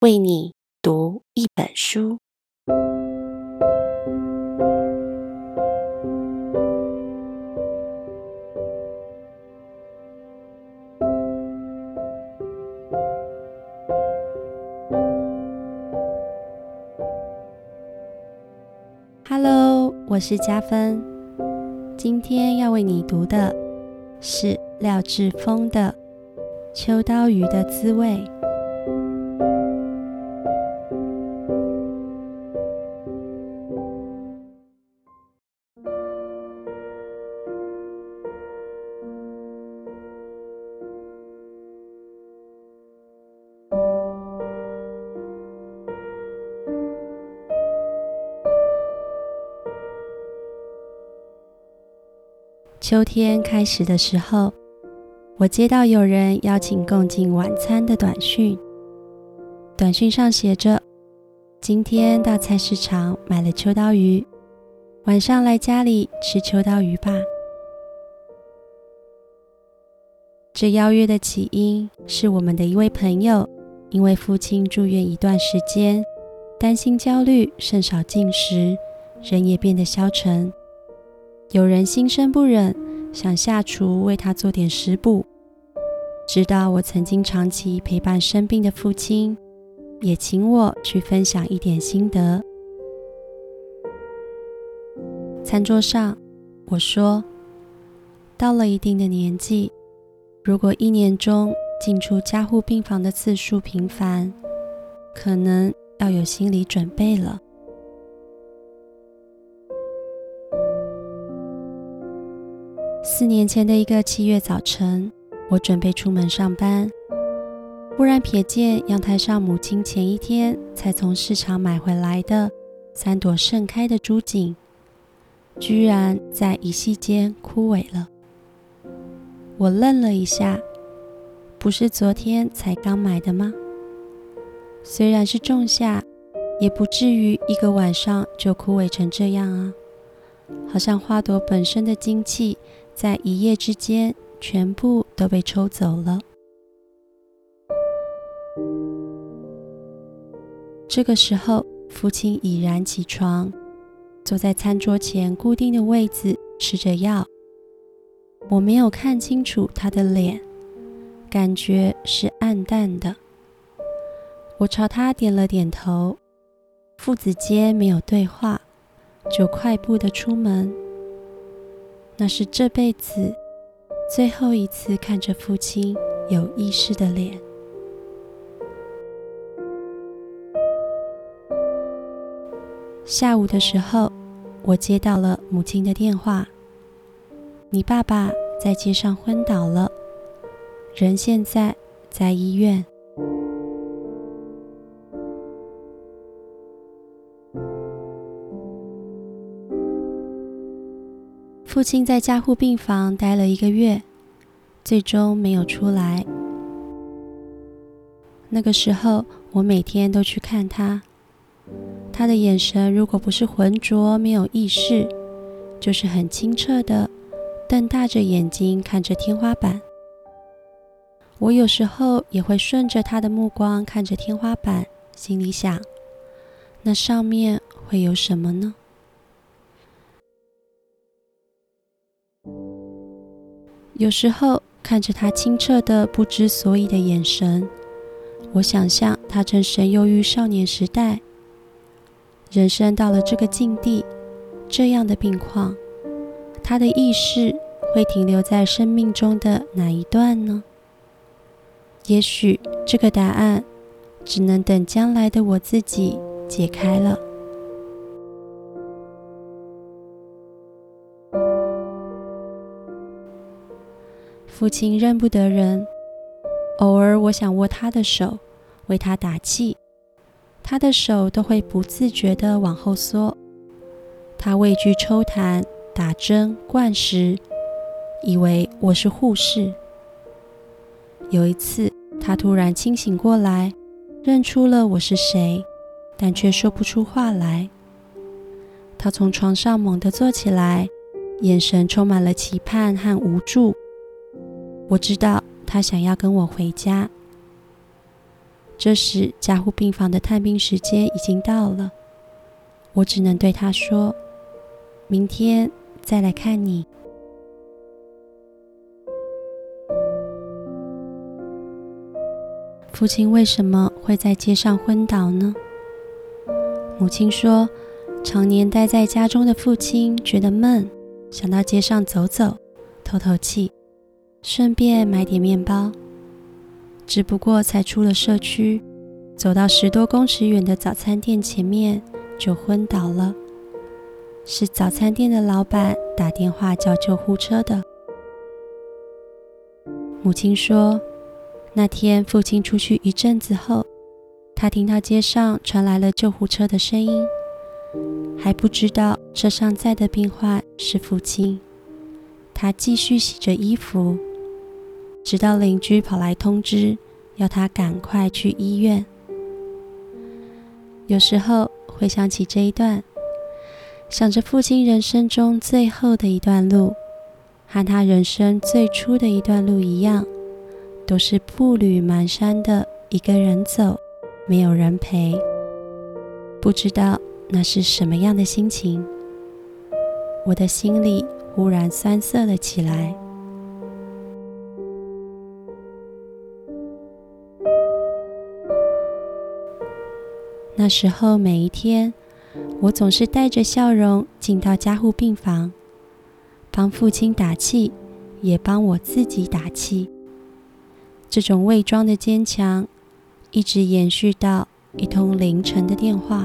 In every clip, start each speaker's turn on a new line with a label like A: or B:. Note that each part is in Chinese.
A: 为你读一本书。Hello， 我是嘉芬，今天要为你读的是廖志峰的《秋刀鱼的滋味》。秋天开始的时候，我接到有人邀请共进晚餐的短讯。短讯上写着：今天到菜市场买了秋刀鱼，晚上来家里吃秋刀鱼吧。这邀约的起因是我们的一位朋友因为父亲住院一段时间，担心焦虑，甚少进食，人也变得消沉。有人心生不忍，想下厨为他做点食补。知道我曾经长期陪伴生病的父亲，也请我去分享一点心得。餐桌上，我说，到了一定的年纪，如果一年中进出加护病房的次数频繁，可能要有心理准备了。4年前的一个7月早晨，我准备出门上班，忽然瞥见阳台上母亲前一天才从市场买回来的3朵盛开的朱槿，居然在一夕间枯萎了。我愣了一下，不是昨天才刚买的吗？虽然是仲夏，也不至于一个晚上就枯萎成这样啊，好像花朵本身的精气在一夜之间全部都被抽走了。这个时候，父亲已然起床，坐在餐桌前固定的位子吃着药。我没有看清楚他的脸，感觉是暗淡的。我朝他点了点头，父子间没有对话，就快步地出门。那是这辈子最后一次看着父亲有意识的脸。下午的时候，我接到了母亲的电话，你爸爸在街上昏倒了，人现在在医院。父亲在加护病房待了1个月，最终没有出来。那个时候，我每天都去看他，他的眼神如果不是浑浊没有意识，就是很清澈的瞪大着眼睛看着天花板。我有时候也会顺着他的目光看着天花板，心里想，那上面会有什么呢？有时候看着他清澈的不知所以的眼神，我想象他正神游于少年时代。人生到了这个境地，这样的病况，他的意识会停留在生命中的哪一段呢？也许这个答案只能等将来的我自己解开了。父亲认不得人，偶尔我想握他的手，为他打气，他的手都会不自觉地往后缩。他畏惧抽痰、打针、灌食，以为我是护士。有一次，他突然清醒过来，认出了我是谁，但却说不出话来。他从床上猛地坐起来，眼神充满了期盼和无助。我知道他想要跟我回家。 这时加护病房的探病时间已经到了，我只能对他说，明天再来看你。父亲为什么会在街上昏倒呢？母亲说，常年待在家中的父亲觉得闷，想到街上走走，透透气，顺便买点面包。只不过才出了社区，走到10多公尺远的早餐店前面就昏倒了。是早餐店的老板打电话叫救护车的。母亲说，那天父亲出去一阵子后，他听到街上传来了救护车的声音，还不知道车上载的病患是父亲。他继续洗着衣服，直到邻居跑来通知，要他赶快去医院。有时候回想起这一段，想着父亲人生中最后的一段路，和他人生最初的一段路一样，都是步履蹒跚的一个人走，没有人陪。不知道那是什么样的心情，我的心里忽然酸涩了起来。那时候每一天，我总是带着笑容进到加护病房，帮父亲打气，也帮我自己打气。这种伪装的坚强，一直延续到一通凌晨的电话。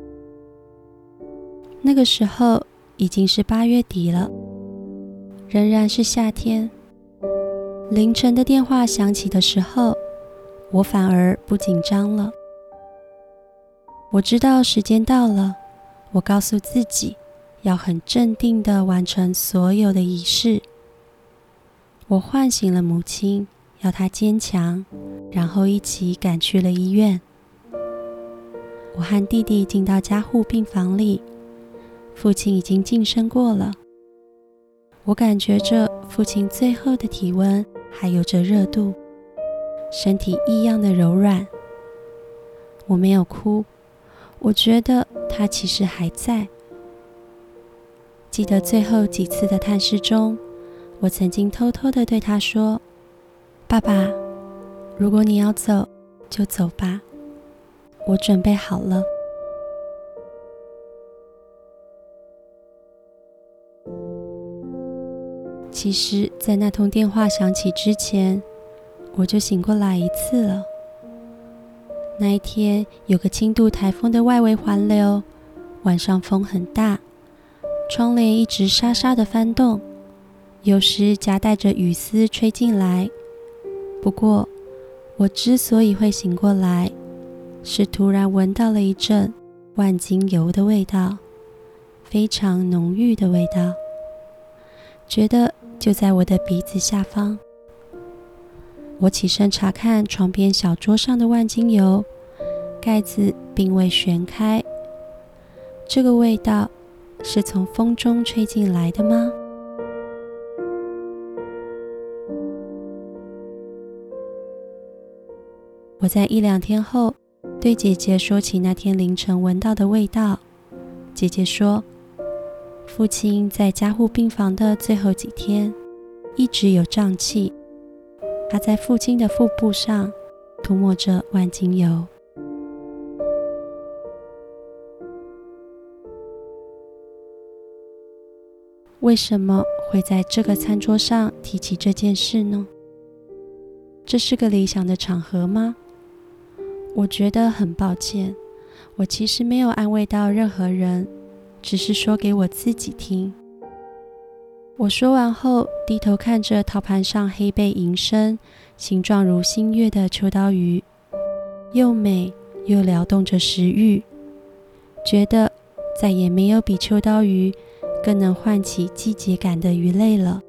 A: 那个时候已经是8月底了，仍然是夏天。凌晨的电话响起的时候，我反而不紧张了。我知道时间到了，我告诉自己要很镇定地完成所有的仪式。我唤醒了母亲，要她坚强，然后一起赶去了医院。我和弟弟进到加护病房里，父亲已经晋升过了。我感觉着父亲最后的体温还有着热度，身体异样的柔软。我没有哭，我觉得他其实还在。记得最后几次的探视中，我曾经偷偷地对他说，爸爸，如果你要走，就走吧，我准备好了。其实在那通电话响起之前，我就醒过来一次了。那一天有个轻度台风的外围环流，晚上风很大，窗帘一直沙沙的翻动，有时夹带着雨丝吹进来。不过我之所以会醒过来，是突然闻到了一阵万金油的味道，非常浓郁的味道，觉得就在我的鼻子下方。我起身查看床边小桌上的万金油，盖子并未旋开。这个味道是从风中吹进来的吗？我在1、2天后对姐姐说起那天凌晨闻到的味道。姐姐说，父亲在加护病房的最后几天一直有胀气，他在父亲的腹部上涂抹着万金油。为什么会在这个餐桌上提起这件事呢？这是个理想的场合吗？我觉得很抱歉，我其实没有安慰到任何人，只是说给我自己听。我说完后，低头看着陶盘上黑背银身、形状如新月的秋刀鱼，又美又撩动着食欲，觉得再也没有比秋刀鱼更能唤起季节感的鱼类了。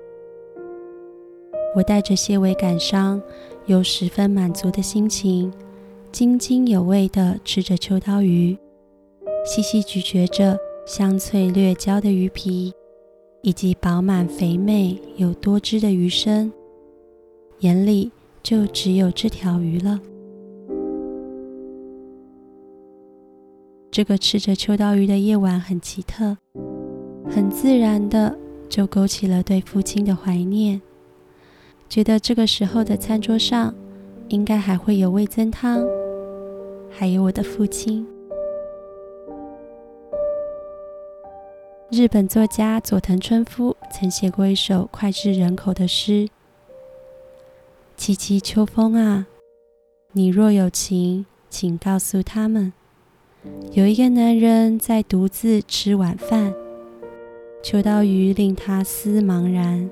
A: 我带着些微感伤又十分满足的心情，津津有味地吃着秋刀鱼，细细咀嚼着香脆略焦的鱼皮，以及饱满肥美又多汁的鱼身，眼里就只有这条鱼了。 这个吃着秋刀鱼的夜晚很奇特，很自然的就勾起了对父亲的怀念，觉得这个时候的餐桌上应该还会有味噌汤，还有我的父亲。日本作家佐藤春夫曾写过一首脍炙人口的诗：凄凄秋风啊，你若有情，请告诉他们，有一个男人在独自吃晚饭，秋刀鱼令他思茫然。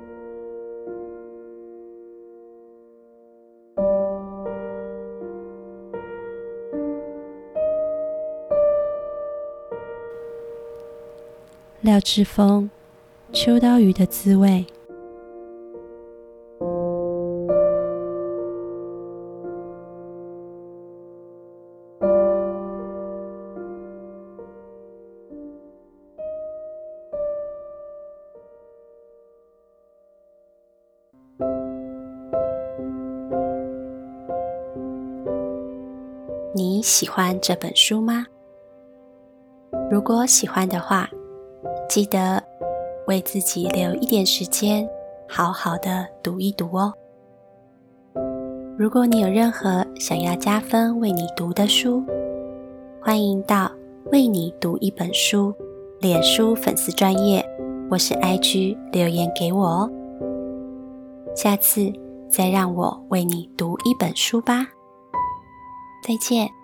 A: 廖志峰，秋刀鱼的滋味。你喜欢这本书吗？如果喜欢的话，记得为自己留一点时间，好好的读一读哦。如果你有任何想要加分为你读的书，欢迎到为你读一本书脸书粉丝专页或是 IG 留言给我哦。下次再让我为你读一本书吧。再见。